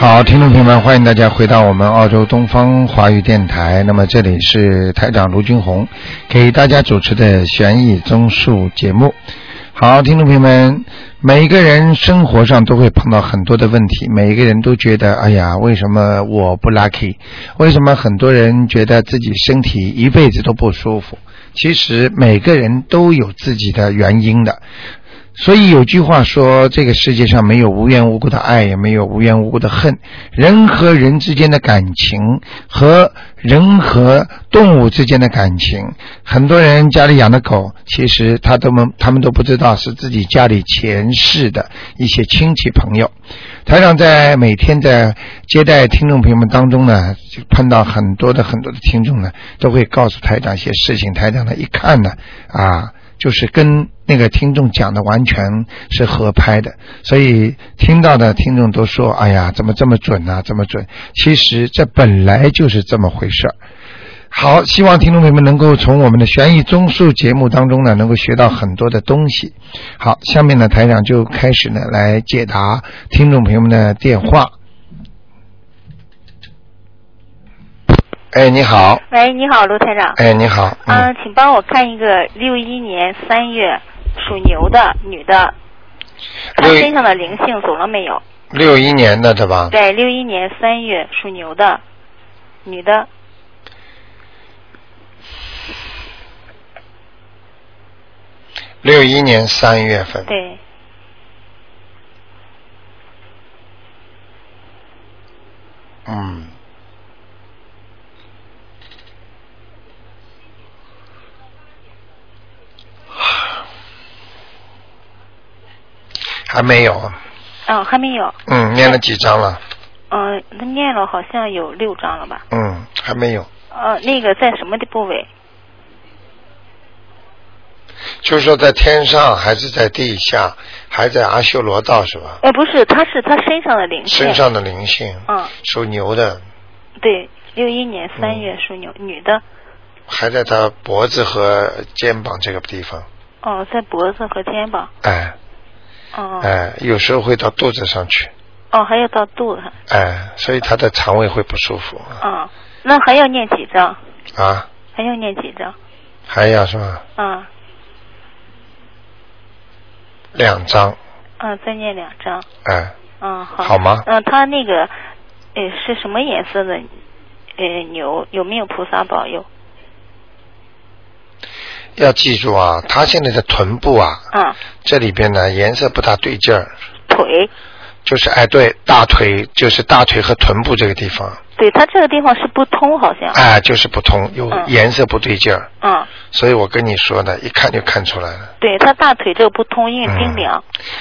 好，听众朋友们，欢迎大家回到我们澳洲东方华语电台。那么这里是台长卢军红给大家主持的悬疑综述节目。好，听众朋友们，每一个人生活上都会碰到很多的问题，每一个人都觉得哎呀，为什么我不 lucky， 为什么很多人觉得自己身体一辈子都不舒服。其实每个人都有自己的原因的，所以有句话说，这个世界上没有无缘无故的爱，也没有无缘无故的恨。人和人之间的感情和人和动物之间的感情，很多人家里养的狗，其实他们都不知道是自己家里前世的一些亲戚朋友。台长在每天在接待听众朋友们当中呢，就碰到很多的听众呢，都会告诉台长一些事情。台长呢一看呢，就是跟那个听众讲的完全是合拍的，所以听到的听众都说，哎呀，怎么这么准啊，这么准。其实这本来就是这么回事儿。好，希望听众朋友们能够从我们的悬疑综述节目当中呢，能够学到很多的东西。好，下面呢，台长就开始呢来解答听众朋友们的电话。哎，你好。 喂，你好，卢台长。 哎，你好。 请帮我看一个61年3月属牛的女的，她身上的灵性走了没有 ？61年的对吧？ 对，61年3月属牛的女的。 61年3月份。 对。 还没有。 还没有。 念了几张了？ 他念了好像有6张了吧？ 还没有。 那个在什么的部位？ 就是说在天上还是在地下，还在阿修罗道是吧？ 不是，他是他身上的灵性。 身上的灵性。属牛的。 对，61年3月属牛，女的。 还在他脖子和肩膀这个地方。 在脖子和肩膀。有时候会到肚子上去。还要到肚子上。 所以他的肠胃会不舒服。 那还要念几张？还要念几张？ 还要是吧？2张。 再念2张。 好吗？ 他那个是什么颜色的牛？有没有菩萨保佑？ 要记住啊，他现在的臀部这里边呢颜色不大对劲儿。 腿。 就是对，大腿，就是大腿和臀部这个地方。 对，他这个地方是不通好像。 就是不通，有颜色不对劲儿。所以我跟你说的，一看就看出来了。 对，他大腿这个不通，因为冰凉。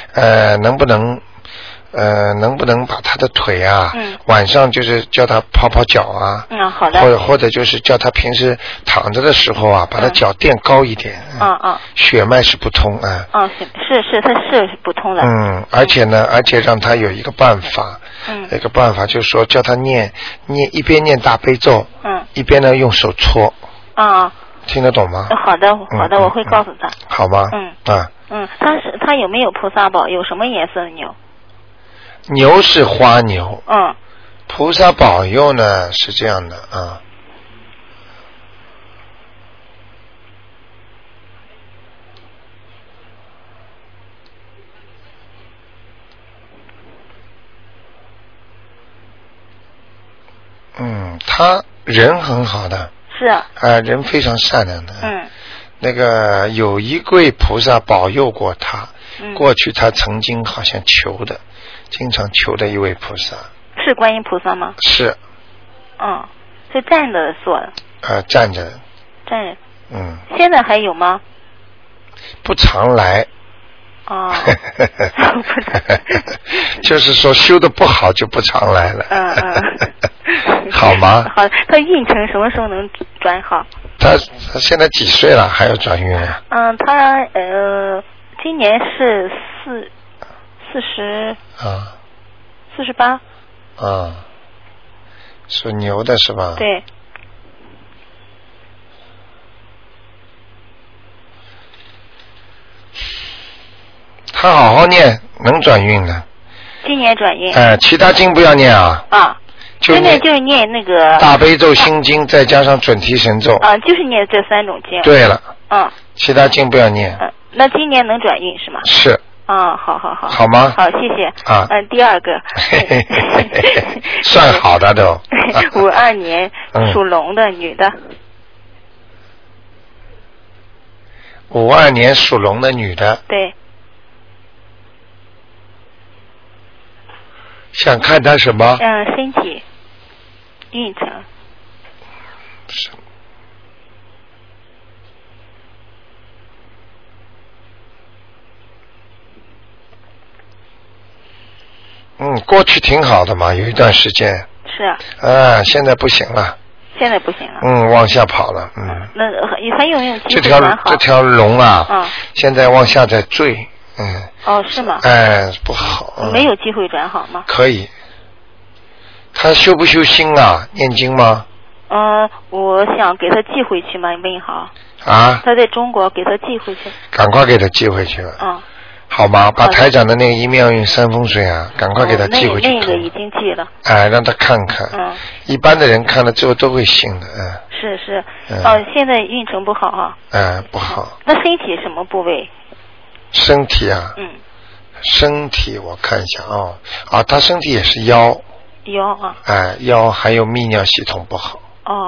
能不能把他的腿晚上就是叫他泡泡脚好的。 或者就是叫他平时躺着的时候把他脚垫高一点。血脉是不通是他是不通的。 而且让他有一个办法。一个办法就是说叫他念一边念大悲咒。一边呢用手搓。听得懂吗？ 好的，我会告诉他。 好吗？ 他有没有菩萨保佑？什么颜色的牛？ 牛是花牛。菩萨保佑呢是这样的他人很好的。 是人非常善良的。那个有一位菩萨保佑过他。过去他曾经好像经常求的一位菩萨。 是观音菩萨吗？ 是。 是站着做的。 站着。 现在还有吗？ 不常来。就是说修得不好就不常来了。好吗？ 好，他运程什么时候能转好？ 他现在几岁了？还要转运？ 他今年是48。 属牛的是吧？ 对。 他好好念，能转运的。 今年转运。 其他经不要念啊。 啊。现在就是念那个大悲咒、心经，再加上准提神咒。 就是念这3种经。 对了。其他经不要念。 那今年能转运是吗？ 是。 好。 好吗？ 好，谢谢。第2个。 算好的都。 52年属龙的女的。 52年属龙的女的。 对。 想看她什么？ 身体、运程。 过去挺好的嘛，有一段时间。 是啊。 现在不行了。 现在不行了。 往下跑了。 那还有没有机会转好？这条龙啊，现在往下在坠。 是吗？ 不好。 没有机会转好吗？ 可以。他修不修心啊？念经吗？ 我想给他寄回去嘛，问好。他在中国，给他寄回去。 赶快给他寄回去了。好吗？把台长的那个一妙运三风水啊，赶快给他寄回去。 那个已经寄了。 让他看看。一般的人看了之后都会信的。 是。现在运程不好啊。 不好。 那身体什么部位？ 身体啊。身体我看一下他身体也是腰。 腰啊。 腰还有泌尿系统不好。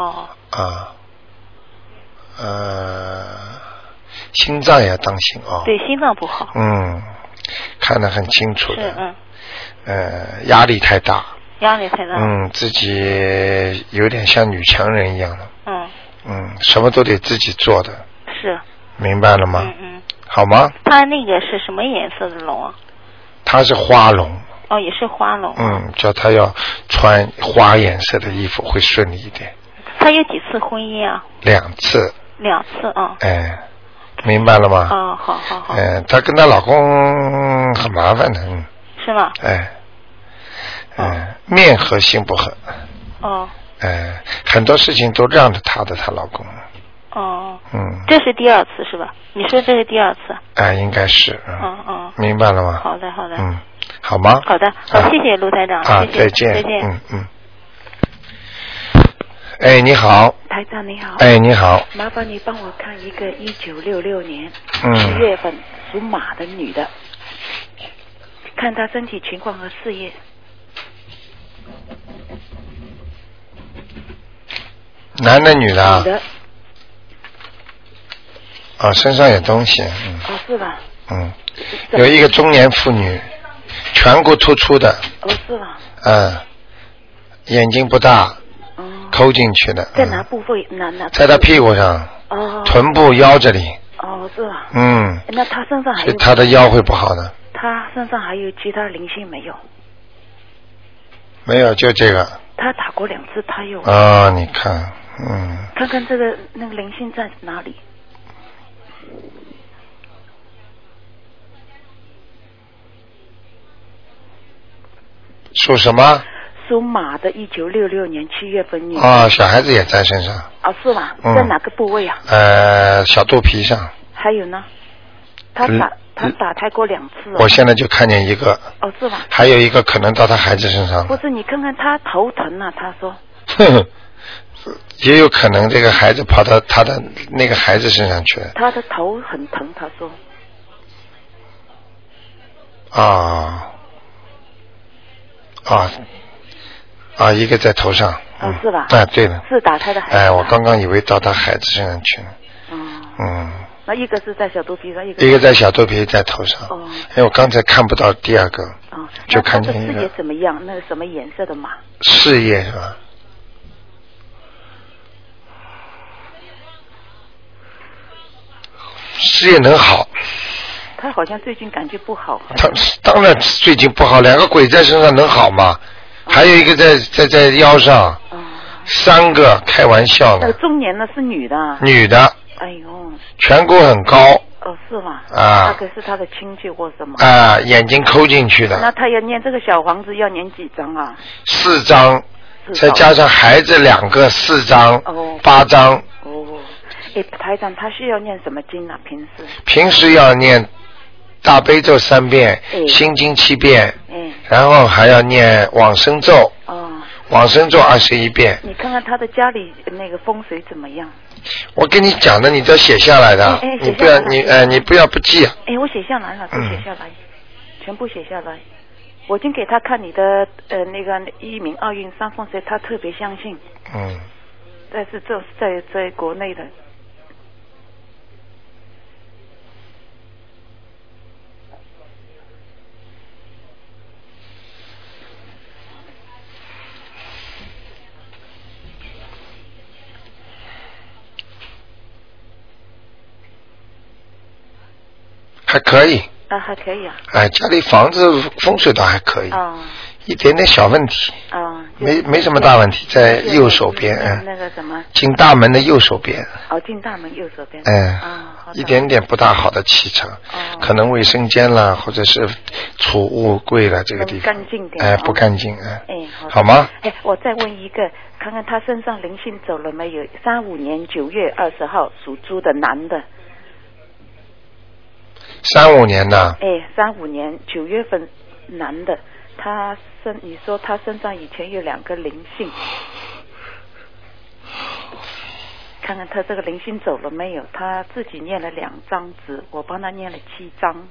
心脏也要当心对，心脏不好。 看得很清楚的。 是。 压力太大。自己有点像女强人一样的。什么都得自己做的。 是。 明白了吗？好吗？ 他那个是什么颜色的龙啊？ 他是花龙。 也是花龙。 叫他要穿花颜色的衣服会顺利一点。 他有几次婚姻啊？2次。2次明白了吗？ 好。 她跟她老公很麻烦的。 是吗？ 面和心不合。很多事情都让着她的她老公。这是第2次是吧？你说这是第2次？ 应该是。明白了吗？ 好的。 好吗？ 好的，谢谢卢台长。 再见。你好。 台长你好。 你好。 麻烦你帮我看一个1966年7月份属马的女的，看她身体情况和事业。 男的女的？ 女的。 身上有东西。 是吧？ 有一个中年妇女，颧骨突出的。 是吧？ 眼睛不大。抠进去的。 在哪部位？ 在他屁股上。臀部腰这里。 是吧？ 那他身上还有？ 他的腰会不好的。 他身上还有其他灵性没有？ 没有，就这个。 他打过2次，他有。 你看， 看看这个那个灵性在哪里？ 属什么？ 属马的，1966年7月份女。 小孩子也在身上。 是吧？在哪个部位啊？ 小肚皮上。 还有呢？他打胎过2次。 我现在就看见一个。 是吧？ 还有一个可能到他孩子身上。 不是，你看看他头疼啊，他说。 也有可能这个孩子跑到他的那个孩子身上去了。 他的头很疼，他说。 一个在头上。 是吧？ 对了。 是打胎的孩子。 我刚刚以为到他孩子身上去了。 那一个是在小肚皮上， 一个在小肚皮，在头上。因为我刚才看不到第2个。就看见一个。 那他的事业怎么样？那个什么颜色的马？ 事业是吧？事业能好。 他好像最近感觉不好。 他当然最近不好，2个鬼在身上能好吗？还有一个在腰上。3个，开玩笑呢。 中年的是女的。 女的。 哎呦。 颧骨很高。 是吗？那个是他的亲戚或什么？ 眼睛抠进去的。 那他要念这个小房子要念几张啊 ？4张，再加上孩子2个，4张，8张。 台长，他需要念什么经啊？平时要念大悲咒3遍，心经7遍， 然后还要念往生咒。 哦。 往生咒21遍。 你看看他的家里那个风水怎么样？ 我跟你讲的，你都写下来的。你不要你不要不记。 我写下来了，都写下来，全部写下来。我已经给他看你的那个1名奥运3风水，他特别相信。但是这是在国内的。 还可以。 还可以啊。 家里房子风水倒还可以。一点点小问题。没什么大问题，在右手边。 那个什么？ 进大门的右手边。 进大门右手边。 一点点不大好的气场。可能卫生间啦，或者是储物柜啦，这个地方。 干净点。 不干净。好吗？ 我再问一个，看看他身上灵性走了没有？35年9月20号属猪的男的。 35年的。 35年9月份男的，你说他身上以前有2个灵性，看看他这个灵性走了没有？他自己念了2张纸，我帮他念了7张。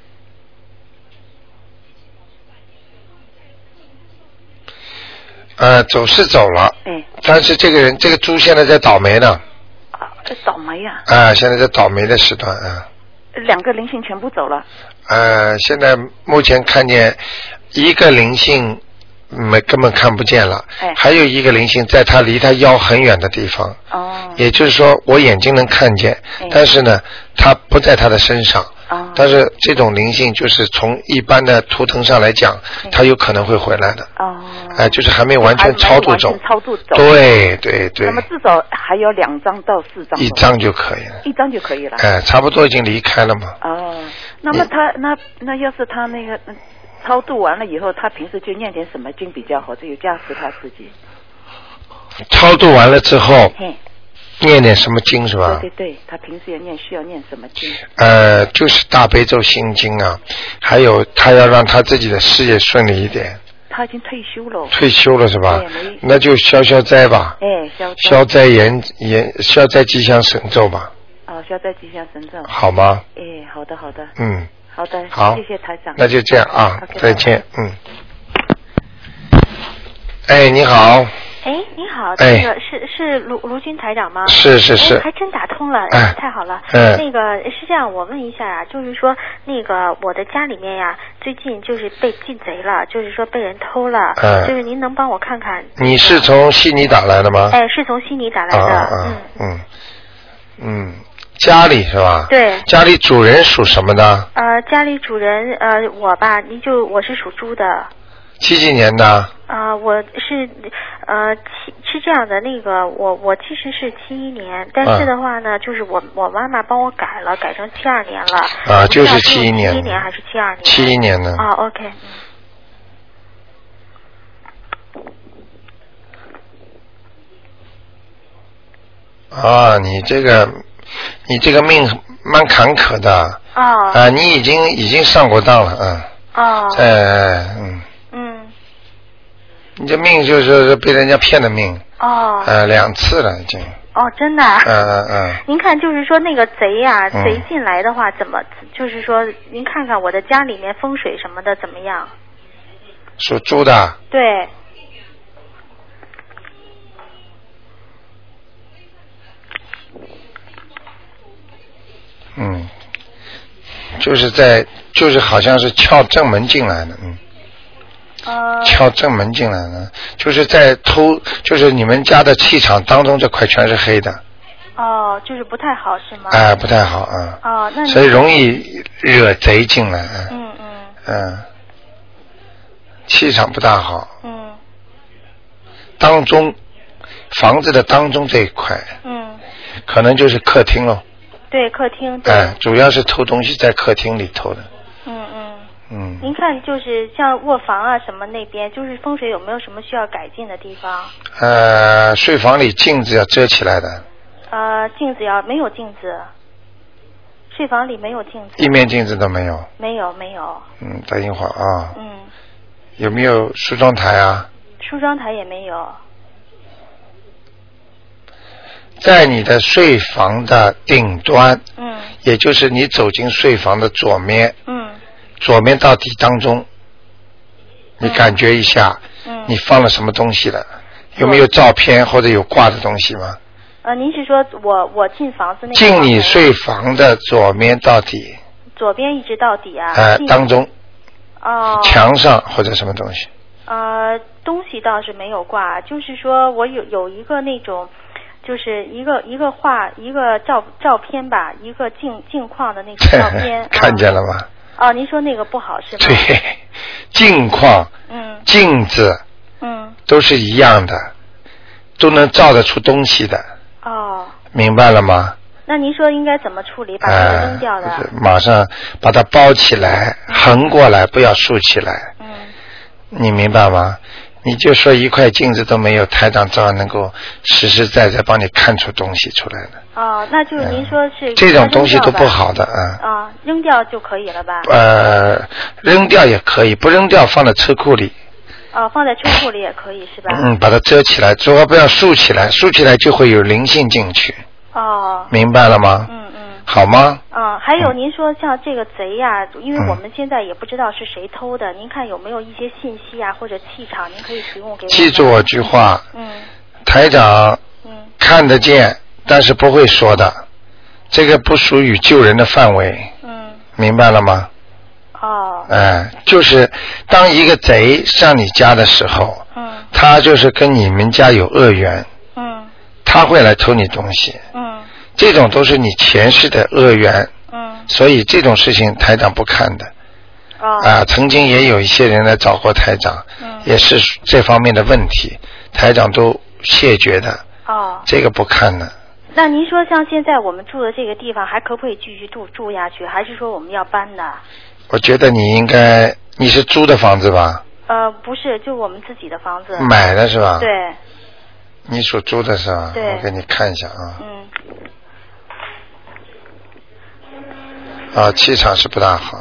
走是走了。但是这个猪现在在倒霉呢。 倒霉呀。 现在在倒霉的时段 2个灵性全部走了。 现在目前看见一个灵性根本看不见了。还有一个灵性在他离他腰很远的地方。也就是说我眼睛能看见，但是呢他不在他的身上。但是这种灵性就是从一般的图腾上来讲，它有可能会回来的。就是还没完全超度走。对。 那么至少还有2张到4张。 1张就可以了。 1张就可以了。 差不多已经离开了嘛。 那么他那要是他那个超度完了以后，他平时就念点什么经比较好，这有加持他自己。 超度完了之后。念点什么经是吧？ 对，他平时需要念什么经？ 就是大悲咒心经啊，还有他要让他自己的事业顺利一点。 他已经退休了。 退休了是吧？那就消灾吧。消灾消灾吉祥神咒吧。 消灾吉祥神咒。好吗？ 好的。好的。 好， 谢谢台长。 那就这样啊，再见。你好。 你好，那个是卢军台长吗？ 是。 还真打通了，太好了。那个是这样，我问一下啊，就是说那个我的家里面呀，最近就是被进贼了，就是说被人偷了，就是您能帮我看看？ 你是从悉尼打来的吗？ 是从悉尼打来的。 家里是吧？ 对。 家里主人属什么的？ 家里主人我吧，我是属猪的。 几年的？ 我是是这样的，那个我其实是71年，但是的话呢，就是我妈妈帮我改了，改成72年了。 就是71年。 71年还是72年 ？71年的。 OK。 你这个命蛮坎坷的。你已经上过当了。你这命就是被人家骗的命。2次了已经。 真的。您看，就是说那个贼呀，贼进来的话，怎么就是说，您看看我的家里面风水什么的怎么样？ 属猪的。 对。 就是好像是撬正门进来的。撬正门进来的，就是在偷，就是你们家的气场当中这块全是黑的。 就是不太好是吗？ 不太好那所以容易惹贼进来。气场不大好。当中房子的当中这一块。可能就是客厅咯。 对，客厅。对。 主要是偷东西在客厅里偷的。 您看，就是像卧房啊什么那边，就是风水有没有什么需要改进的地方？ 睡房里镜子要遮起来的。 镜子没有镜子，睡房里没有镜子。 一面镜子都没有。 没有。 等一会儿啊。 有没有梳妆台啊？ 梳妆台也没有。 在你的睡房的顶端，也就是你走进睡房的左面，左面到底当中，你感觉一下，你放了什么东西了？有没有照片或者有挂的东西吗？ 您是说我进房子那个？ 进你睡房的左面到底。 左边一直到底啊？ 当中。 哦。 墙上或者什么东西？ 东西倒是没有挂，就是说我有一个那种。就是一个画一个照片吧，一个镜框的那个照片。 看见了吗？ 哦，您说那个不好是吗？ 对，镜框，镜子，都是一样的，都能照得出东西的。 哦。 明白了吗？ 那您说应该怎么处理？把它扔掉的？ 马上把它包起来，横过来，不要竖起来。你明白吗？你就说一块镜子都没有，台长照样能够实实在在帮你看出东西出来的。 哦，那就是您说是这种东西都不好的扔掉就可以了吧？ 扔掉也可以，不扔掉放在车库里。 放在车库里也可以是吧？ 把它遮起来，主要不要竖起来，竖起来就会有灵性进去。明白了吗？好吗？ 还有您说像这个贼呀，因为我们现在也不知道是谁偷的，您看有没有一些信息啊或者气场，您可以提供给我们。 记住我句话，台长看得见，但是不会说的，这个不属于救人的范围。明白了吗？就是当一个贼上你家的时候，他就是跟你们家有恶缘，他会来偷你东西。这种都是你前世的恶缘，所以这种事情台长不看的。曾经也有一些人来找过台长，也是这方面的问题，台长都谢绝的。这个不看的。 那您说像现在我们住的这个地方还可不可以继续住下去，还是说我们要搬的？ 我觉得你应该，你是租的房子吧？ 不是，就我们自己的房子。 买的是吧？ 对。 你属猪的是吧？ 对。 我给你看一下啊。气场是不大好。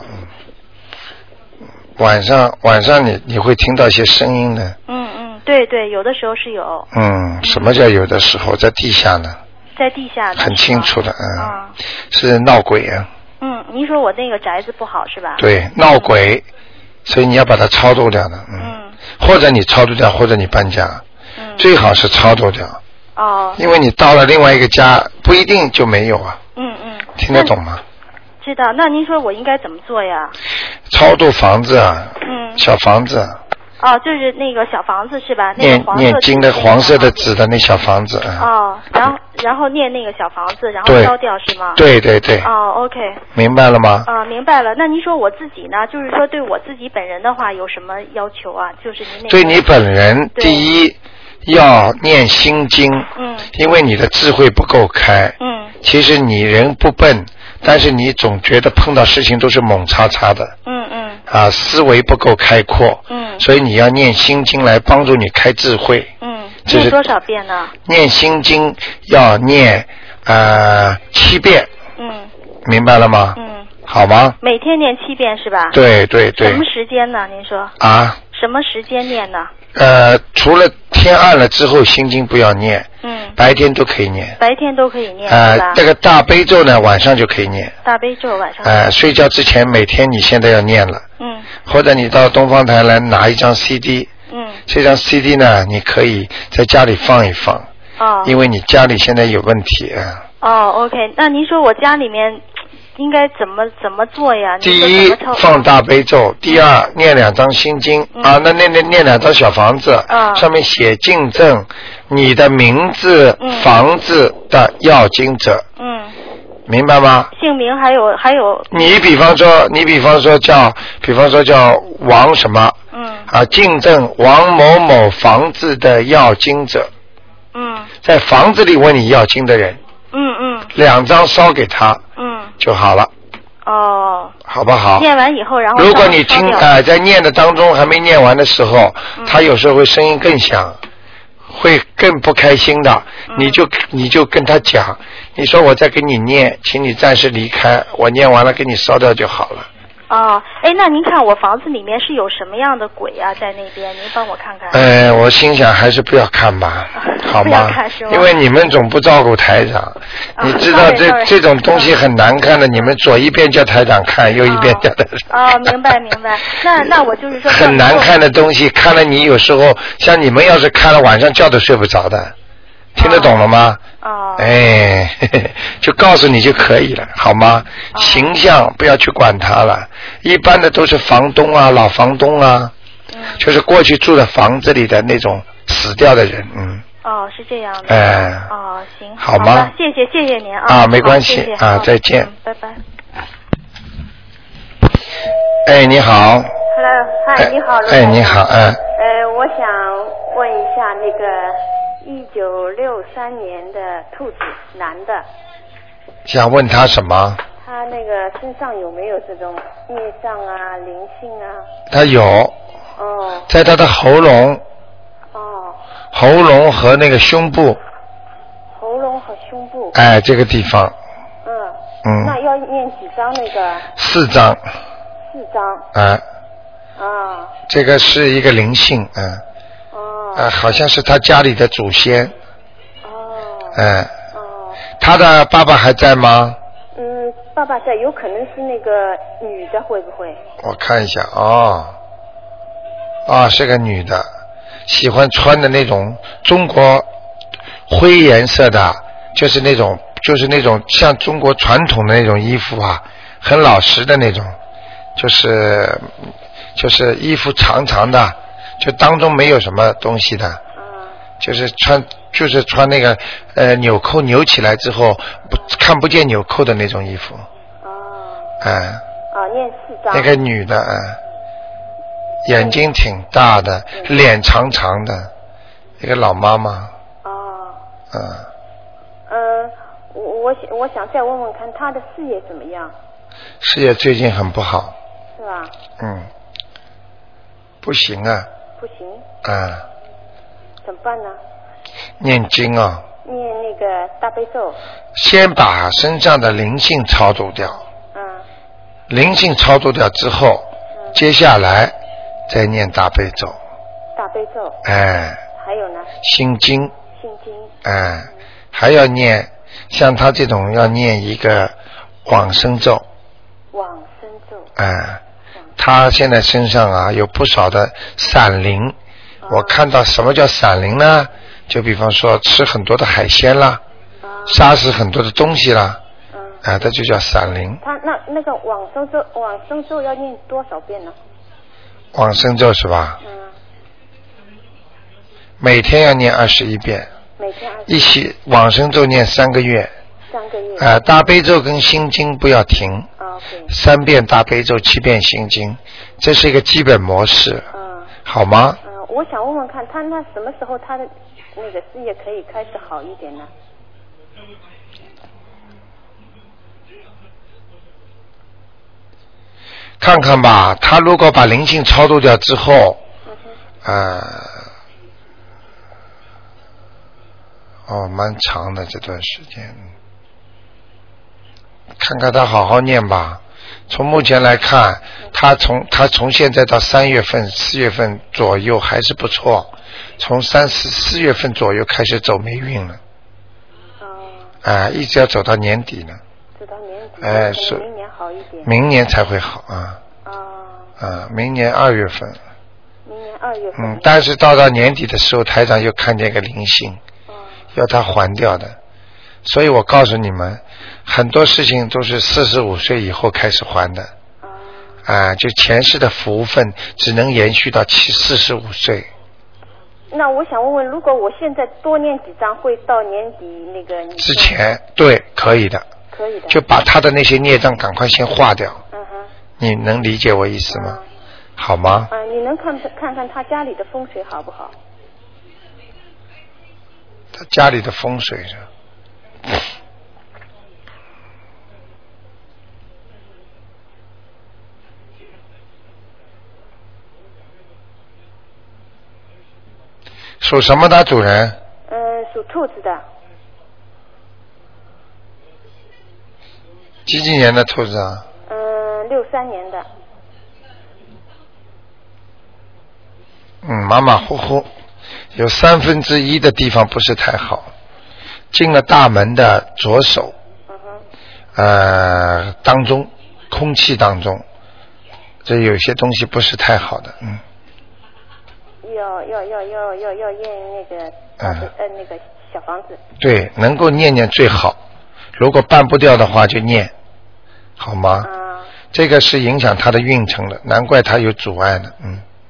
晚上你会听到一些声音的。 对，有的时候是有。 什么叫有的时候？在地下呢。 在地下的。 很清楚的，是闹鬼啊。 您说我那个宅子不好是吧？ 对，闹鬼，所以你要把它超度掉的。或者你超度掉，或者你搬家。最好是超度掉。因为你到了另外一个家，不一定就没有啊。听得懂吗？ 知道。那您说我应该怎么做呀？ 超度房子啊。小房子。 就是那个小房子是吧？ 念经的黄色的纸的那小房子。 然后念那个小房子，然后烧掉是吗？ 对。 OK。 明白了吗？ 明白了。那您说我自己呢？就是说对我自己本人的话，有什么要求啊？就是您那。 对你本人，第一要念心经。因为你的智慧不够开。其实你人不笨，但是你总觉得碰到事情都是猛叉叉的。思维不够开阔。所以你要念心经来帮助你开智慧。 念多少遍呢？念心经要念7遍。明白了吗？好吗？ 每天念7遍是吧？ 对。 什么时间呢？您说？什么时间念呢？ 除了天暗了之后心经不要念。白天都可以念。 白天都可以念。 这个大悲咒呢，晚上就可以念。 大悲咒晚上。 睡觉之前每天你现在要念了。或者你到东方台来拿一张 CD。这张 CD 呢，你可以在家里放一放。因为你家里现在有问题。 OK。那您说我家里面应该怎么做呀？ 第一放大悲咒，第二念2张心经。那念2张小房子。上面写敬赠你的名字、房子的要经者。明白吗？ 姓名还有。 你比方说叫王什么？敬赠王某某房子的要经者。在房子里问你要经的人。2张烧给他。就好了。好不好？ 念完以后，然后如果你听在念的当中还没念完的时候，他有时候会声音更响，会更不开心的。你就跟他讲，你说我再给你念，请你暂时离开，我念完了给你烧掉就好了。 哦，哎，那您看我房子里面是有什么样的鬼啊，在那边？您帮我看看。 我心想还是不要看吧，好吗？不要看是吗？因为你们总不照顾台长，你知道这种东西很难看的，你们左一边叫台长看，右一边叫台长。 哦，明白明白。那我就是说。 很难看的东西，看了你有时候像你们要是看了晚上觉都睡不着的。听得懂了吗？哎，就告诉你就可以了，好吗？形象不要去管它了，一般的都是房东啊、老房东啊，就是过去住的房子里的那种死掉的人， 哦，是这样的。行， 好吗？ 谢谢您啊。 没关系啊，再见。 拜拜。 哎，你好。 Hello， 嗨，你好。 哎，你好， 我想问一下那个1963年的兔子男的。 想问他什么？ 他那个身上有没有这种孽障啊、灵性啊？ 他有。 哦。 在他的喉咙。 哦。 喉咙和那个胸部。 喉咙和胸部。 哎，这个地方。 那要念几张那个 ？4张。 4张。 这个是一个灵性，好像是他家里的祖先。他的爸爸还在吗？ 爸爸在，有可能是那个女的，会不会？ 我看一下是个女的，喜欢穿的那种中国灰颜色的，就是那种像中国传统的那种衣服啊，很老实的那种，就是衣服长长的，就当中没有什么东西的，就是穿那个纽扣扭起来之后看不见纽扣的那种衣服。 念4张。 那个女的眼睛挺大的，脸长长的，一个老妈妈。 我想再问问看她的事业怎么样？ 事业最近很不好。 是吧？ 不行啊。 不行。怎么办呢？ 念经啊。 念那个大悲咒。 先把身上的灵性超度掉。灵性超度掉之后，接下来再念大悲咒。 大悲咒。 还有呢？ 心经。 心经。 还要念，像他这种要念一个往生咒。 往生咒。 他现在身上有不少的闪灵。我看到什么叫闪灵呢？就比方说吃很多的海鲜啦，杀死很多的东西啦，它就叫闪灵。 他那个往生咒要念多少遍呢？ 往生咒是吧？每天要念21遍。 每天21遍。 一起往生咒念3个月。 3个月。 大悲咒跟心经不要停。3遍大悲咒，7遍心经，这是一个基本模式。好吗？ 我想问问看，他那什么时候他的那个事业可以开始好一点呢？ 看看吧，他如果把灵性超度掉之后，蛮长的这段时间，看看他好好念吧。从目前来看，他从现在到3月份、4月份左右还是不错，从4月份左右开始走霉运了。一直要走到年底呢。 走到年底。明年好一点。 明年才会好明年2月份。 明年2月份。 但是到年底的时候，台长又看见一个灵性，要他还掉的。所以我告诉你们，很多事情都是45岁以后开始还的。就前世的福分只能延续到45岁。 那我想问问，如果我现在多念几张，会到年底那个之前？对，可以的。 可以的。 就把他的那些孽障赶快先化掉。你能理解我意思吗？好吗？ 你能看看他家里的风水好不好？ 他家里的风水是？属什么的主人？ 属兔子的。 几年的兔子啊？ 63年的。 马马虎虎，有1/3的地方不是太好，进了大门的左手，当中空气当中，这有些东西不是太好的， 要验那个那个小房子。 对，能够念念最好，如果办不掉的话就念，好吗？这个是影响他的运程了，难怪他有阻碍呢，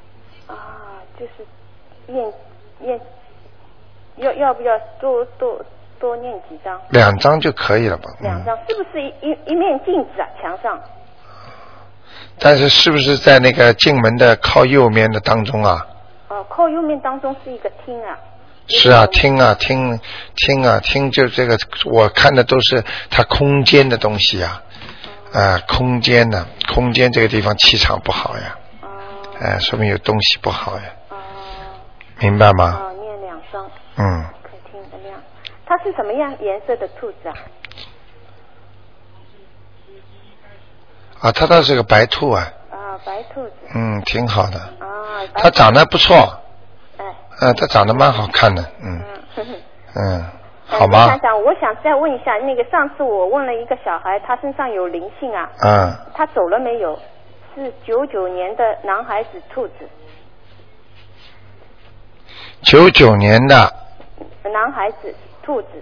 就是要不要多念几张 ？2张就可以了吧 ？2张，是不是一面镜子啊？墙上。 但是是不是在那个进门的靠右面的当中啊？ 靠右面当中是一个厅啊。 是啊，厅，就这个我看的都是它空间的东西啊，空间这个地方气场不好呀，说明有东西不好呀，明白吗？ 念2张。客厅的亮。它是什么样颜色的兔子啊？ 它倒是个白兔啊。 白兔子。 挺好的。它长得不错。它长得蛮好看的。好吗？ 台长，我想再问一下，那个上次我问了一个小孩，他身上有灵性啊。他走了没有？是99年的男孩子兔子。 99年的。 男孩子兔子。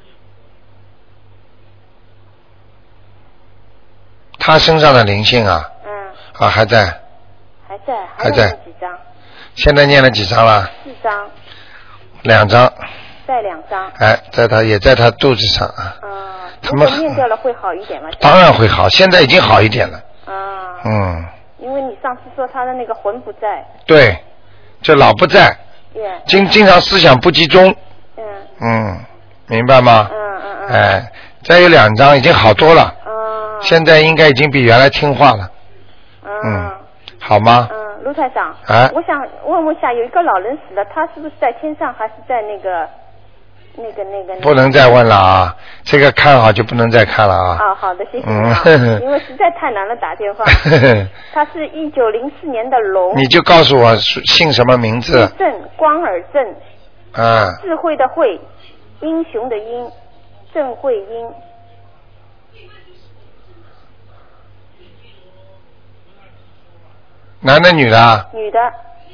他身上的灵性啊？还在。还在。 几张？ 现在念了几张了 ？4张。 2张。 再2张。 也在他肚子上他们念掉了会好一点吗？ 当然会好，现在已经好一点了。 因为你上次说他的那个魂不在。 对，就老不在。经常思想不集中。明白吗？再有2张已经好多了。现在应该已经比原来听话了。好吗？ 卢台长，我想问一下，有一个老人死了，他是不是在天上，还是在那个？ 不能再问了啊！这个看好就不能再看了啊！ 好的，谢谢你因为实在太难了，打电话。他是1904年的龙。你就告诉我姓什么名字？ 郑，光尔郑。智慧的慧，英雄的英，郑慧英。 男的女的？ 女的。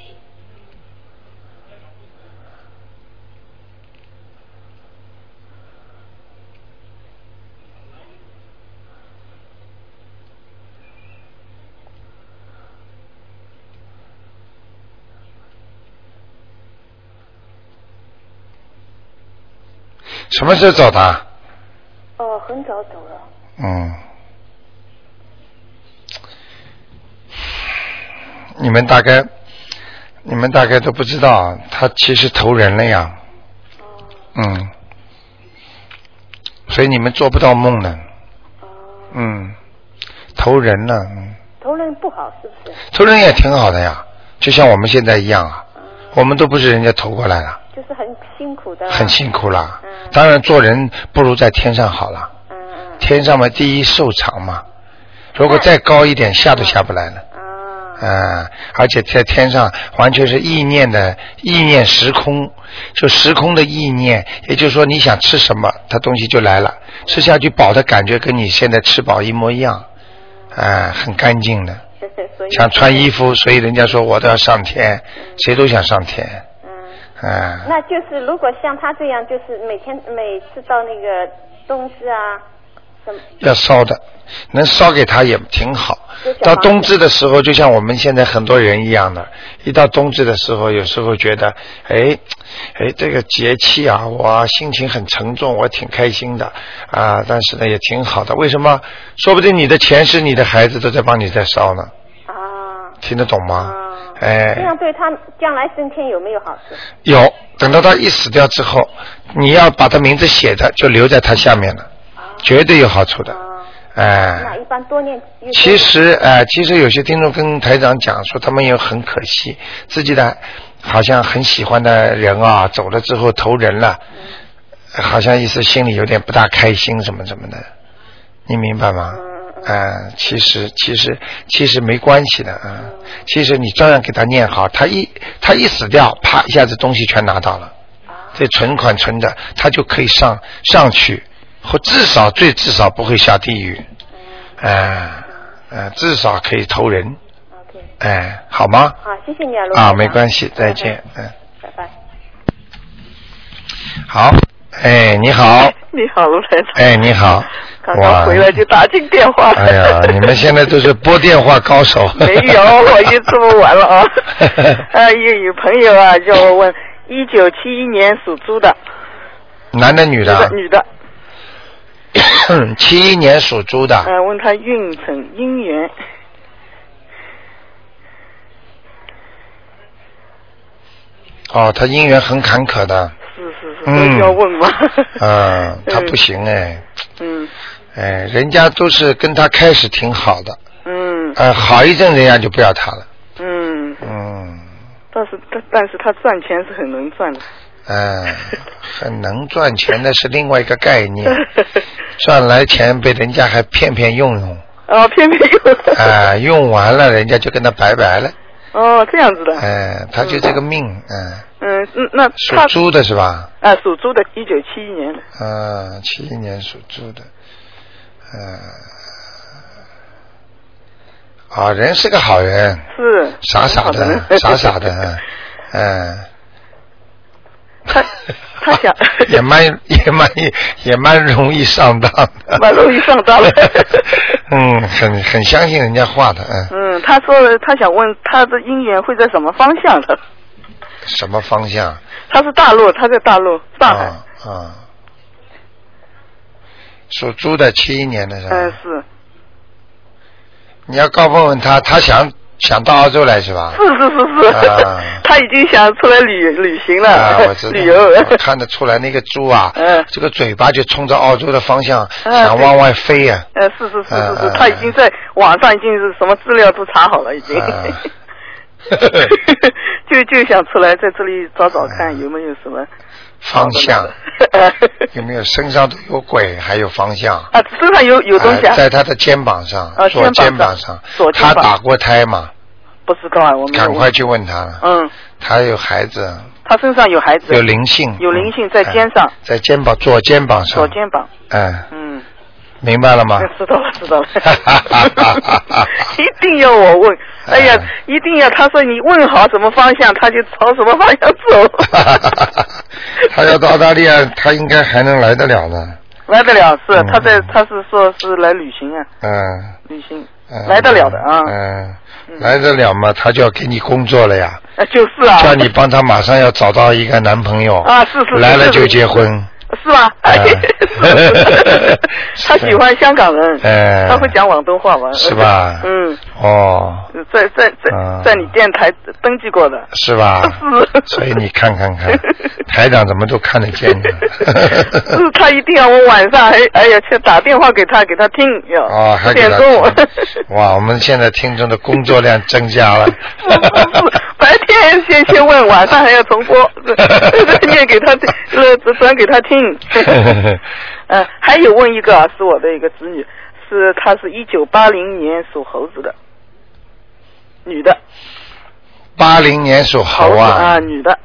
什么时候走的？ 很早走了。 你们大概都不知道，他其实投人了呀。所以你们做不到梦的。投人了。 投人不好是不是？ 投人也挺好的呀，就像我们现在一样啊。我们都不是人家投过来的。 就是很辛苦的。 很辛苦了。当然做人不如在天上好了。天上嘛，第一寿长嘛。如果再高一点，下都下不来了。而且在天上完全是意念时空，就时空的意念，也就是说你想吃什么，它东西就来了，吃下去饱的感觉跟你现在吃饱一模一样，很干净的。想穿衣服，所以人家说我都要上天，谁都想上天。 那就是如果像他这样，就是每次到那个冬至啊。 要烧的，能烧给他也挺好。到冬至的时候，就像我们现在很多人一样的，一到冬至的时候，有时候觉得，这个节气啊，我心情很沉重，我挺开心的但是呢也挺好的。为什么？说不定你的前世、你的孩子都在帮你在烧呢。听得懂吗？ 这样对他将来升天有没有好处？ 有，等到他一死掉之后，你要把他名字写着，就留在他下面了。绝对有好处的。 那一般多念。 其实有些听众跟台长讲说，他们也很可惜，自己的好像很喜欢的人啊，走了之后投人了，好像意思心里有点不大开心什么什么的，你明白吗？ 其实没关系的啊。其实你照样给他念好，他一死掉，啪一下子东西全拿到了，这存款存着，他就可以上去，或至少不会下地狱，至少可以投人。好吗？ 好，谢谢你啊，卢台长。 没关系，再见。 拜拜。 好，你好。 你好，卢台长。 你好。 刚刚回来就打进电话。 哎呀，你们现在都是拨电话高手。 没有，我已经这么晚了啊。有朋友啊，叫我问1971年属猪的。 男的女的？ 女的。 71年属猪的。 问他运程姻缘。 他姻缘很坎坷的。 是，我要问吗？ 他不行人家都是跟他开始挺好的。好一阵人家就不要他了。 但是他赚钱是很能赚的。 很能赚钱的是另外一个概念，赚来钱被人家还骗用。 骗用。 用完了人家就跟他拜拜了。 这样子的。 他就这个命。 那属猪的是吧？ 属猪的，1971年的。 71年属猪的。人是个好人。 是。 傻傻的。 他想也蛮容易上当的。 蛮容易上当的。 很相信人家话的。 他说他想问他的姻缘会在什么方向的？ 什么方向？ 他是大陆，他在大陆上海。 属猪的，71年的是吧？ 是。 你要告问他想到澳洲来是吧？ 是。他已经想出来旅行了。 我知道。 旅游。 我看得出来那个猪啊，这个嘴巴就冲着澳洲的方向想往外飞呀。 是，他已经在网上已经是什么资料都查好了，已经。就想出来在这里找看有没有什么方向。有没有身上都有鬼，还有方向。 身上有东西。在他的肩膀上。左肩膀上。他打过胎吗？ 不知道我赶快去问他。他有孩子。 他身上有孩子。 有灵性。 有灵性在肩上。 在肩膀左肩膀上。 左肩膀。 明白了吗？ 知道了。一定要我问。哎呀，一定要他说你问好什么方向，他就朝什么方向走。 他要到澳大利亚，他应该还能来得了的。 来得了是，他是说是来旅行啊。旅行来得了的啊。 来得了嘛，他就要给你工作了呀。 就是啊。 叫你帮他马上要找到一个男朋友。 是。 来了就结婚。 是吗？他喜欢香港人。他会讲广东话吗？ 是吧？ 在你电台登记过的。 是吧？是。所以你看，台长怎么都看得见的。 是他一定要我晚上去打电话给他听。 还给他听。哇，我们现在听众的工作量增加了。 白天先问，晚上还要重播，念给他转给他听。还有问一个是我的一个子女，他是1980年属猴子的，女的。 80年属猴啊。 女的。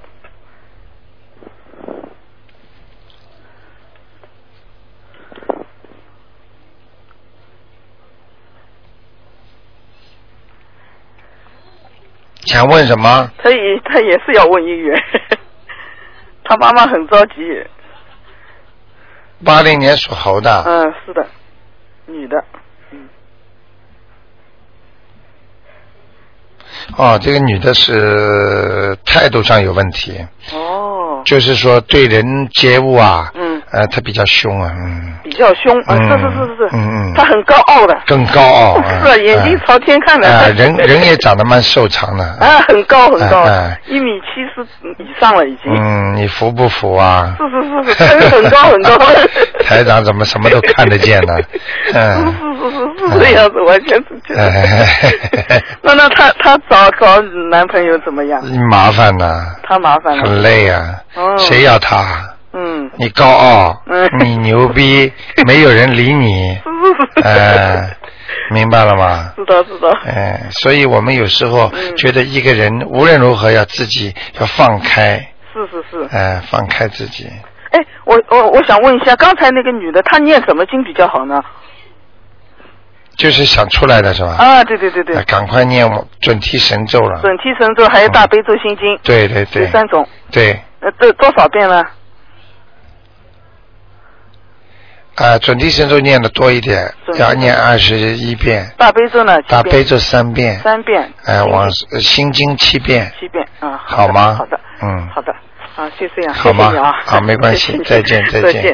想问什么？ 他也是要问姻缘，他妈妈很着急。 80年属猴的。 是的，女的。 这个女的是态度上有问题。就是说对人接物啊。她比较凶啊。 比较凶啊。是。她很高傲的。 更高傲。 是眼睛朝天看的。 人也长得蛮瘦长的。 很高，1.70米以上了已经。 你服不服啊？ 是，很高。 台长怎么什么都看得见呢？ 是这样子，完全是这样。那他找男朋友怎么样？ 麻烦呐。 他麻烦了。 很累啊。谁要他？你高傲。你牛逼，没有人理你。 明白了吗？ 知道。 所以我们有时候觉得一个人无论如何要自己要放开。 是。 放开自己。 我想问一下，刚才那个女的她念什么经比较好呢？ 就是想出来的是吧？ 啊，对。 赶快念准提神咒了。 准提神咒还有大悲咒心经。 对。 这3种。 对。 多少遍呢？ 准提神咒念的多一点，要念21遍。 大悲咒呢？ 大悲咒3遍。 3遍。 往心经7遍。 7遍啊。 好吗？ 好的。好的。就这样。 好吗？ 谢谢你啊。 好，没关系。再见。 再见。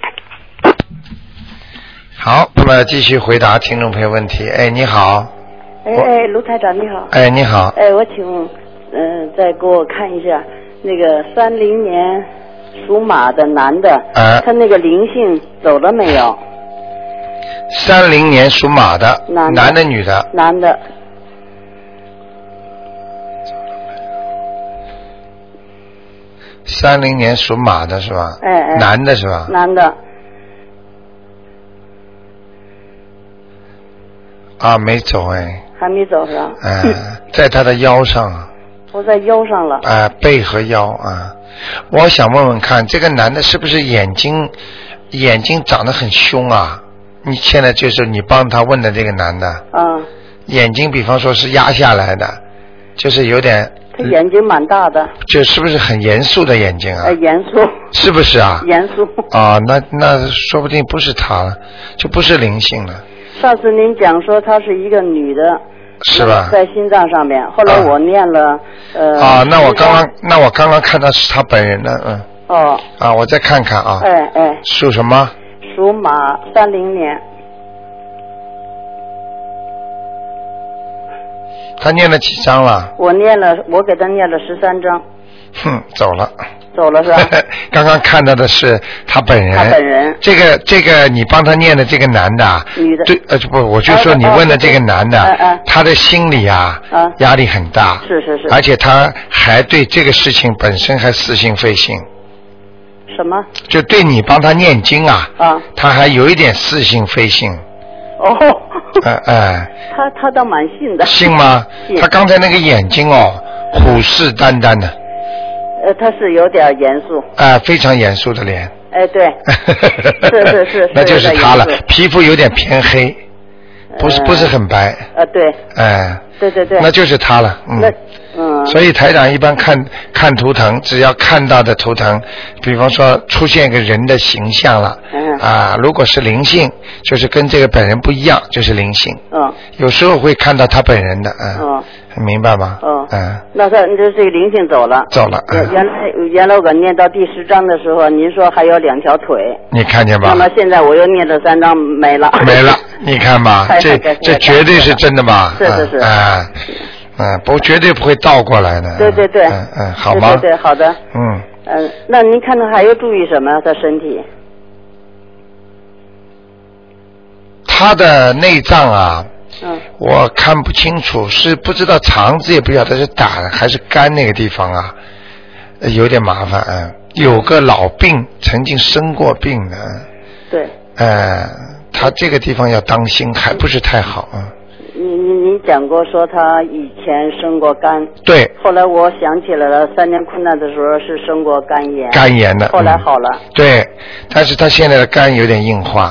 好，那么继续回答听众朋友问题。你好。 卢台长你好。 你好。 我请再给我看一下那个30年属马的男的，他那个灵性走了没有 ？30年属马的，男的女的？ 男的。 30年属马的是吧？男的是吧？ 男的。 没走还没走是吧？ 在他的腰上。 我在腰上了。 背和腰啊。我想问问看，这个男的是不是眼睛长得很凶啊？你现在就是你帮他问的这个男的。眼睛比方说是压下来的，就是有点。 他眼睛蛮大的。 就是不是很严肃的眼睛啊？ 严肃。 是不是啊？ 严肃。 那说不定不是他了，就不是灵性了。 上次您讲说她是一个女的。 是吧？ 在心脏上面，后来我念了那我刚刚看到是他本人了，我再看看啊。属什么？ 属马，30年。 他念了几张了？ 我给他念了13张。 走了。 走了是吧？ 刚刚看到的是他本人。 他本人。 这个你帮他念的这个男的。 女的。 对，不，我就说你问的这个男的，他的心里压力很大。 是。 而且他还对这个事情本身还似信非信。 什么？ 就对你帮他念经他还有一点似信非信。 他倒蛮信的。 信吗？他刚才那个眼睛虎视眈眈的。 他是有点严肃。 非常严肃的脸。 对。是。 那就是他了，皮肤有点偏黑，不是很白。 对。对。 那就是他了。所以台长一般看图腾，只要看到的图腾，比方说出现一个人的形象了，如果是灵性，就是跟这个本人不一样，就是灵性。有时候会看到他本人的。明白吗？ 那这个灵性走了。原来我念到第10章的时候，您说还有2条腿。你看见吧？ 那么现在我又念了3章，没了。 你看吧，这绝对是真的吧？ 是。 绝对不会倒过来的。 对。 好吗？ 对，好的。那您看他还要注意什么？他身体？ 他的内脏我看不清楚，是不知道肠子也不晓得是胆还是肝那个地方有点麻烦有个老病，曾经生过病的。 对。 他这个地方要当心，还不是太好你讲过说他以前生过肝。 对。 后来我想起来了，3年困难的时候是生过肝炎。 肝炎的。 后来好了。 对，但是他现在的肝有点硬化。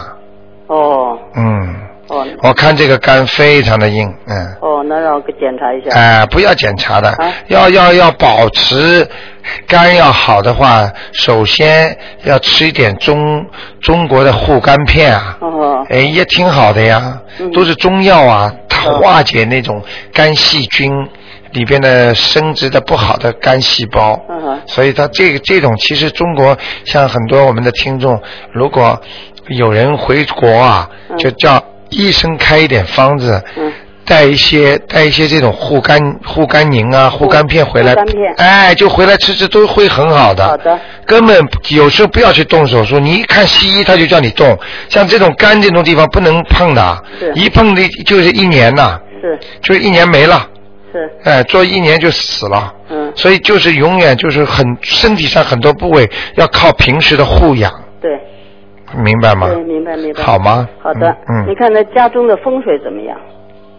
我看这个肝非常的硬。 那让我给检查一下。 不要检查的，要保持肝要好的话，首先要吃一点中国的护肝片也挺好的呀，都是中药它化解那种肝细菌里边的生殖的不好的肝细胞。所以它这种其实中国像很多我们的听众，如果有人回国就叫医生开一点方子，带一些这种护肝宁护肝片回来，就回来吃都会很好的。 好的。 根本有时候不要去动手术，你一看西医他就叫你动，像这种肝这种地方不能碰的，一碰的就是1年就是1年没了。做1年就死了。所以就是永远就是身体上很多部位要靠平时的护养。 对。 明白吗？ 对，明白。 好吗？ 好的。你看那家中的风水怎么样？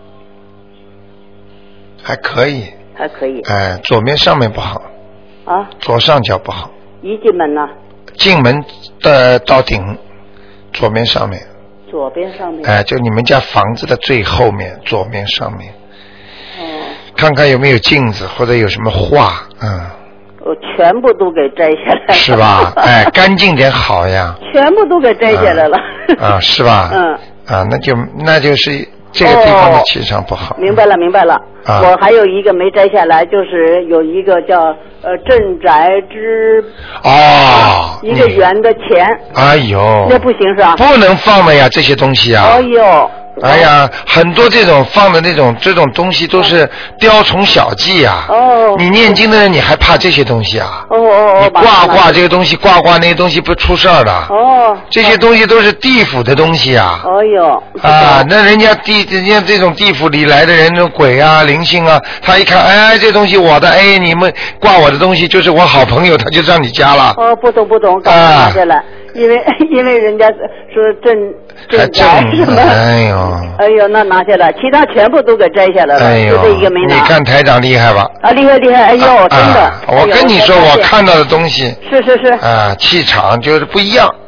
还可以。 还可以。 左面上面不好。 啊？ 左上角不好。 一进门呢？ 进门的到顶，左面上面。 左边上面。 就你们家房子的最后面，左面上面。看看有没有镜子或者有什么画， 我全部都给摘下来了。 是吧？干净点好呀。 全部都给摘下来了。 是吧？那就是这个地方的气场不好。 明白了。我还有一个没摘下来，就是有一个叫镇宅之一个圆的钱。 哎呦， 那不行是吧？ 不能放的呀，这些东西啊。哎呀，很多这种放的这种东西都是雕虫小技啊。你念经的人你还怕这些东西啊？你挂这个东西，挂那些东西不出事儿的。这些东西都是地府的东西啊。那人家这种地府里来的人，那种鬼啊、灵性啊，他一看，这东西我的，你们挂我的东西就是我好朋友，他就上你家了。 不懂，赶快拿下来。因为人家说镇宅什么，哎呦，那拿下来，其他全部都给摘下来了，就这一个没拿。 你看台长厉害吧？ 厉害，哎呦，真的。 我跟你说，我看到的东西是。 气场就是不一样。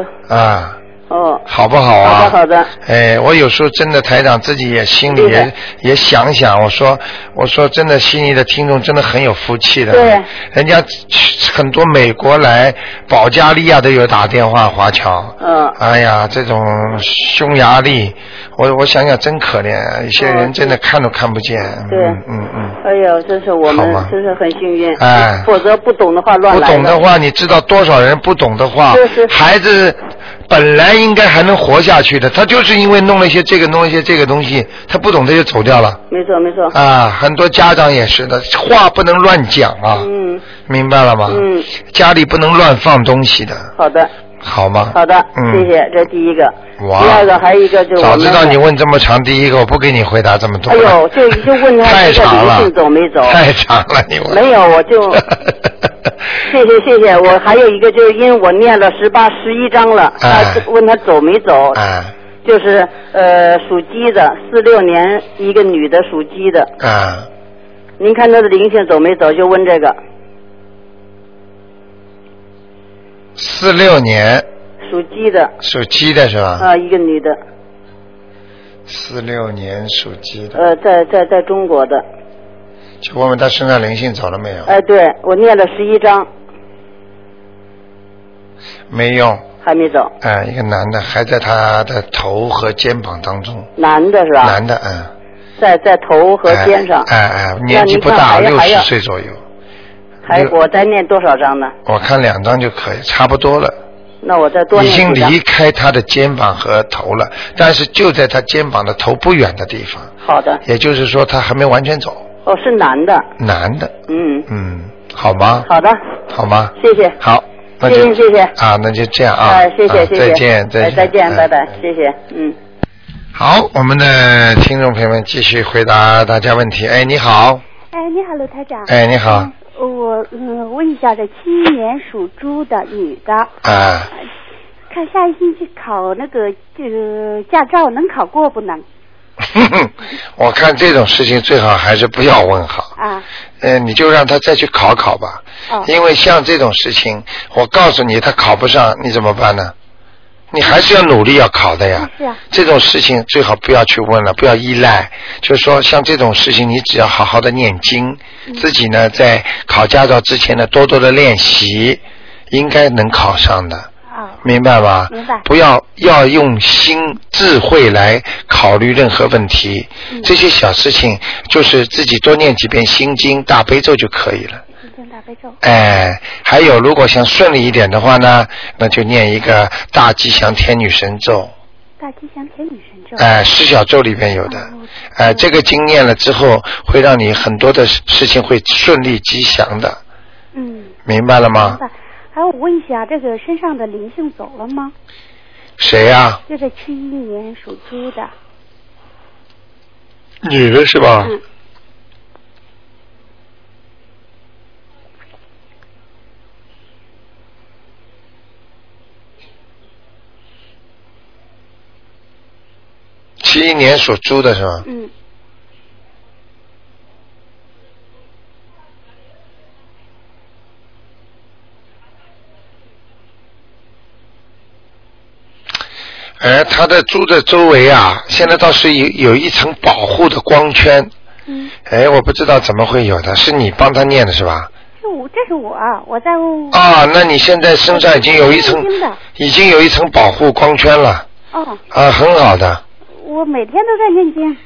好不好啊？好的。 我有时候真的台长自己也心里也想想，我说真的，悉尼的听众真的很有福气的。 对。 人家很多美国来保加利亚都有打电话华侨。哎呀，这种匈牙利，我想想真可怜，有些人真的看都看不见。 对。哎呦，真是我们真是很幸运。否则不懂的话乱来。 不懂的话，你知道多少人不懂的话，孩子本来应该还能活下去的，他就是因为弄了一些这个东西，他不懂他就走掉了。 没错。 很多家长也是的，话不能乱讲啊。明白了吗？家里不能乱放东西的。 好的。 好吗？ 好的，谢谢，这第一个。第二个还有一个就是。 早知道你问这么长，第一个我不给你回答这么多。 就问他太长了， 走没走？ 太长了，你问。 没有，我就。谢谢，我还有一个就是因为我念了11章了，问他走没走？就是属鸡的，46年一个女的属鸡的。您看他的灵性走没走？就问这个。 46年。 属鸡的。 属鸡的是吧？ 一个女的。 46年属鸡的。 在中国的。 就问问他身上灵性走了没有？ 对，我念了11章。 没用。 还没走。 一个男的还在他的头和肩膀当中。 男的是吧？ 男的， 在头和肩上。 年纪不大，60岁左右。 我再念多少章呢？ 我看2章就可以，差不多了。 那我再多念几章。 已经离开他的肩膀和头了，但是就在他肩膀的头不远的地方。 好的。 也就是说他还没完全走。 是男的。 男的。好吗？ 好的。 好吗？ 谢谢。 好。 谢谢。 那就这样啊。 谢谢。 再见。 再见，拜拜，谢谢。 好，我们的听众朋友们继续回答大家问题。你好。 你好，卢台长。 你好。 我问一下，这71年属猪的女的。看下一星期考那个驾照能考过不能？ 我看这种事情最好还是不要问好。你就让他再去考考吧。因为像这种事情，我告诉你，他考不上，你怎么办呢？你还是要努力要考的呀。 是啊。 这种事情最好不要去问了，不要依赖。就是说，像这种事情，你只要好好的念经，自己呢在考驾照之前呢多多的练习，应该能考上的。明白吗？ 明白。 不要用智慧来考虑任何问题。这些小事情就是自己多念几遍心经、大悲咒就可以了。 大悲咒。 还有如果想顺利一点的话呢，那就念一个大吉祥天女神咒。 大吉祥天女神咒。 十小咒里边有的。这个经念了之后，会让你很多的事情会顺利吉祥的。明白了吗？ 明白。还有我问一下，这个身上的灵性走了吗？ 谁呀？ 就这71年属猪的。 女的是吧？ 71年属猪的是吧？ 嗯。 他的猪的周围啊，现在倒是有一层保护的光圈。我不知道怎么会有的，是你帮他念的是吧？ 这是我在。 那你现在身上已经有一层保护光圈了。很好的。 我每天都在念经。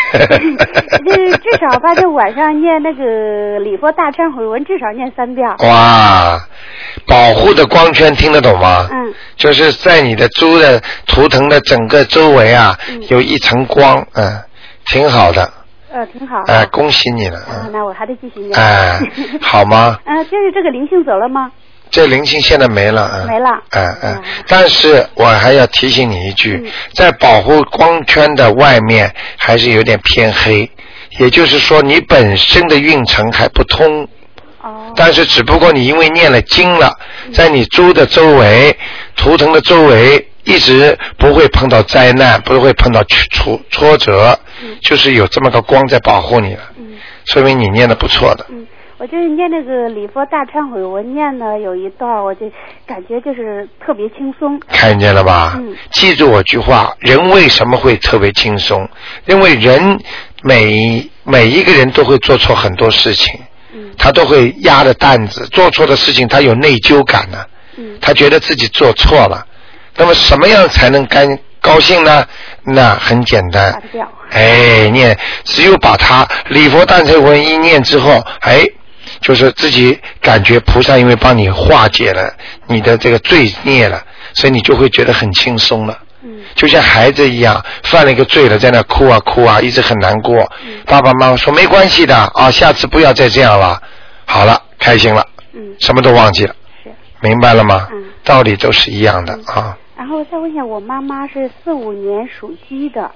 至少反正晚上念那个礼佛大忏悔文，至少念3遍。 哇，保护的光圈听得懂吗？就是在你的猪的图腾的整个周围啊，有一层光，挺好的。 挺好。 恭喜你了。 那我还得继续念。 好吗？ 就是这个灵性走了吗？ 这灵性现在没了。 没了。 但是我还要提醒你一句，在保护光圈的外面还是有点偏黑，也就是说你本身的运程还不通。但是只不过你因为念了经了，在你猪的周围、图腾的周围一直不会碰到灾难，不会碰到挫折，就是有这么个光在保护你了。说明你念的不错的。 我就是念那个礼佛大忏悔文，念的有一段，我就感觉就是特别轻松。看见了吧？记住我句话，人为什么会特别轻松？因为人每一个人都会做错很多事情，他都会压着担子，做错的事情他有内疚感呢，他觉得自己做错了。那么什么样才能高兴呢？那很简单，念只有把它礼佛大忏悔文一念之后，就是自己感觉菩萨因为帮你化解了你的这个罪孽了，所以你就会觉得很轻松了。就像孩子一样，犯了一个罪了，在那哭啊，一直很难过。爸爸妈妈说没关系的下次不要再这样了，好了，开心了，什么都忘记了。明白了吗？道理都是一样的啊。 然后再问一下，我妈妈是45年属鸡的。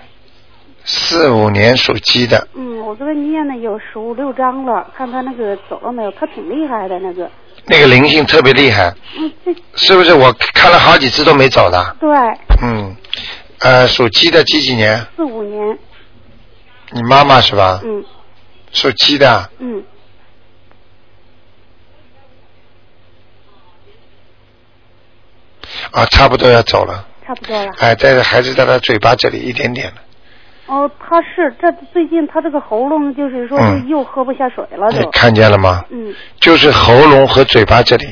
45年属鸡的。 我这个念呢有15、16章了，看他那个走了没有？他挺厉害的那个。 那个灵性特别厉害。是不是我看了好几次都没走的？ 对。 属鸡的几年 ？45年。 你妈妈是吧？属鸡的。差不多要走了。 差不多了。 但是还是在他嘴巴这里一点点了。 他是这最近他这个喉咙就是说又喝不下水了都。 你看见了吗？就是喉咙和嘴巴这里。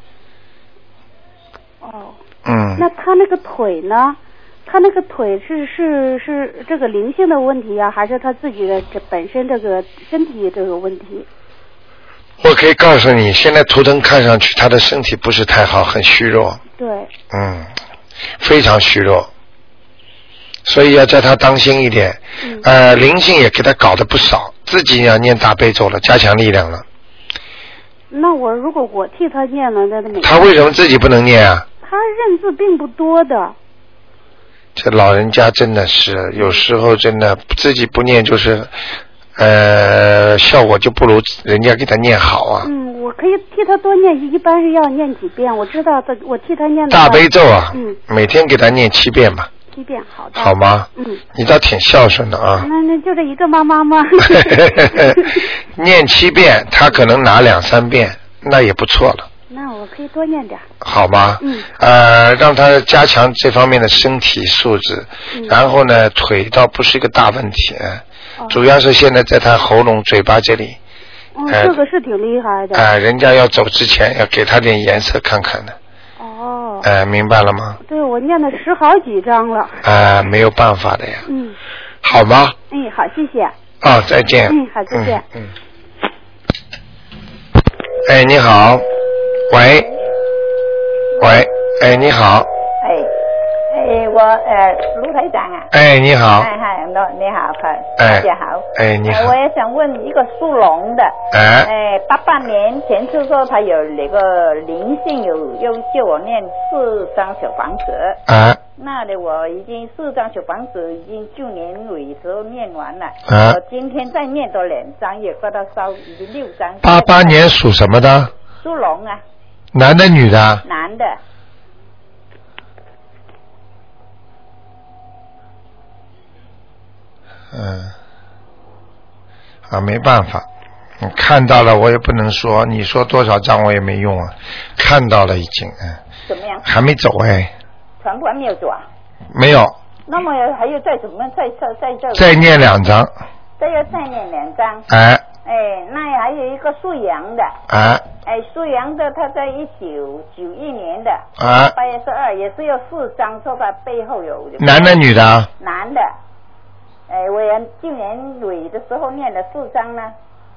那他那个腿呢？他那个腿是这个灵性的问题啊，还是他自己的本身这个身体这个问题？ 我可以告诉你，现在图腾看上去他的身体不是太好，很虚弱。 对。 非常虚弱，所以要叫他当心一点。灵性也给他搞得不少，自己要念大悲咒了，加强力量了。 那如果我替他念了，那他为什么自己不能念啊？ 他认字并不多的。 这老人家真的是有时候真的自己不念，就是效果就不如人家给他念好啊。 我可以替他多念，一般是要念几遍？我知道我替他念大悲咒啊。每天给他念7遍吧。 7遍，好的。 好吗？你倒挺孝顺的啊。 那就这一个妈妈吗？ 念7遍，他可能拿2、3遍，那也不错了。 那我可以多念点。 好吗？让他加强这方面的身体素质，然后呢，腿倒不是一个大问题，主要是现在在他喉咙、嘴巴这里。 这个是挺厉害的。 人家要走之前要给他点颜色看看的。明白了吗？ 对，我念了10好几章了。 没有办法的呀。好吗？ 好，谢谢。 再见。 好，再见。 你好。喂，你好。 我卢台长啊。 你好。 你好，大家好。 你好。 我也想问一个属龙的。88年前就说他有那个灵性，又叫我念4张小房子。那的我已经4张小房子已经去年尾时候念完了。我今天再念多2张，也给他烧已经6张。 88年属什么的？ 属龙啊。 男的女的？ 男的。 没办法，看到了我也不能说，你说多少张我也没用啊，看到了已经， 怎么样？ 还没走哎。 全部还没有走啊？没有。 那么还要再怎么再这？ 再念2张。 再念2张。那还有一个属羊的。属羊的他在1991年的。8月12也是有4张，说他背后有。 男的女的？ 男的。我今年尾的时候念了4张呢。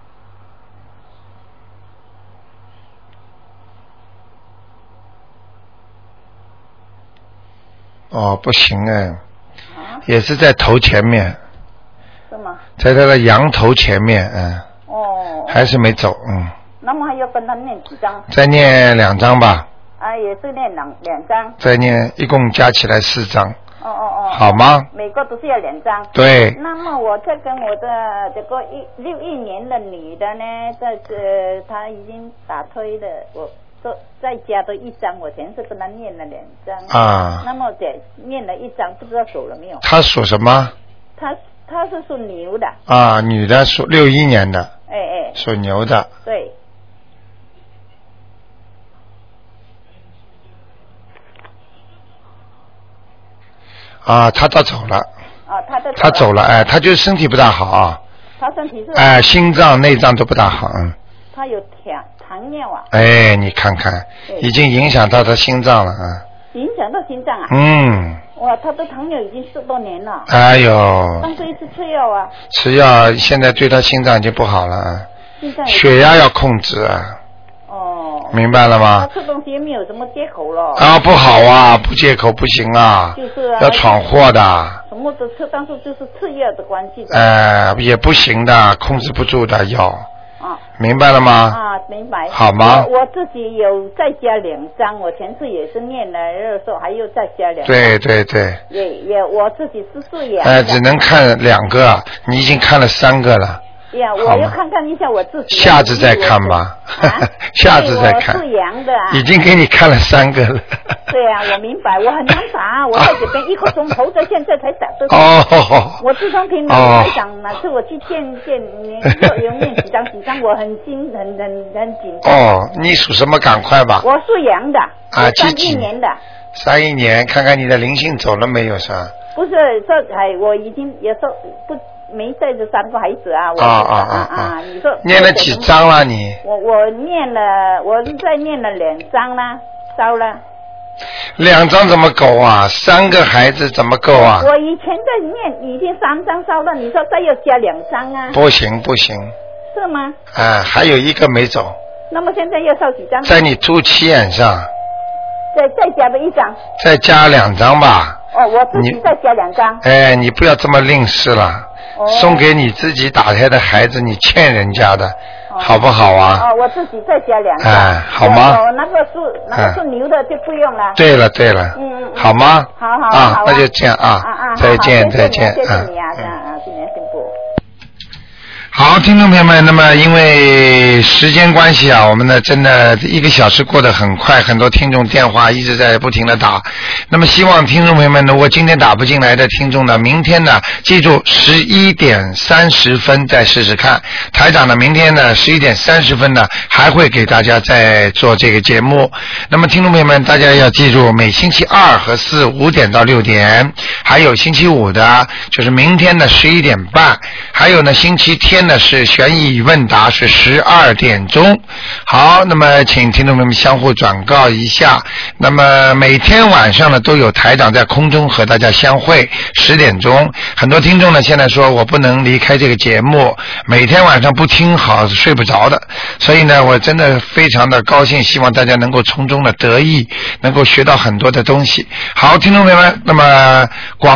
不行也是在头前面。 是吗？ 在他的羊头前面，还是没走， 那么还要跟他念几张？ 再念2张吧。 也是念两张。 再念，一共加起来4张。好吗？ 每个都是要2张。 对。 那么我再跟我的这个61年的女的呢，她已经打胎了，我再加多1张，我前次跟她念了2张。那么再念了1张，不知道走了没有？ 她属什么？ 她是属牛的。 女的属61年的。属牛的。 对。 他倒走了。他走了，他就是身体不大好。 他身体是。 心脏、内脏都不大好。 他有糖尿啊。 你看看，已经影响到他心脏了影响到心脏啊？哇，他的糖尿已经10多年了。 哎呦。 当时一直吃药啊。 吃药，现在对他心脏已经不好了。血压要控制啊。明白了吗？ 他吃东西也没有什么借口了。 不好啊，不借口不行啊。 就是要闯祸的。 什么都吃，当初就是吃药的关系。 也不行的，控制不住的药。明白了吗？ 明白。 好吗？ 我自己有再加2张，我前次也是念了热搜，还有再加2张。 对。 也我自己是属羊。 只能看2个，你已经看了3个了。 我要看看一下我自己。 下次再看吧。下次再看。 我是羊的已经给你看了3个了。 对我明白，我很难打，我在这边1个钟头到现在才打得到。我自从听台长哪次我去见有念几张，我很紧张。 你属什么？赶快吧。 我属羊的。31年的。 31年，看看你的灵性走了没有是吧？ 不是，我已经也说不。没带着3个孩子你说念了几张了你？ 我念了，我再念了2张啦，烧了。 2张怎么够啊？3个孩子怎么够啊？ 我以前在念已经3张烧了，你说再要加2张啊？ 不行。 是吗？ 还有1个没走。 那么现在要烧几张？ 在你肚脐眼上。 再加的1张。 再加2张吧。 我自己再加2张。 你不要这么吝啬了。送给你自己打胎的孩子，你欠人家的，好不好啊？ 我自己再加2张。 好吗？ 那个属牛的就不用了。 对了。好吗？ 好。 那就这样再见。 谢谢你啊，今年辛苦。 好，听众朋友们，那么因为时间关系我们呢真的1个小时过得很快，很多听众电话一直在不停的打。那么希望听众朋友们，如果今天打不进来的听众呢，明天呢记住11点30分再试试看。台长呢明天呢11点30分呢还会给大家再做这个节目。那么听众朋友们，大家要记住，每星期2和4 5点到6点，还有星期5的就是明天的11点半，还有呢星期天呢是悬疑问答是12点钟。好，那么请听众朋友们相互转告一下。那么每天晚上呢都有台长在空中和大家相会10点钟。很多听众呢现在说我不能离开这个节目，每天晚上不听好睡不着的，所以呢我真的非常的高兴，希望大家能够从中的得益，能够学到很多的东西。好，听众朋友们，那么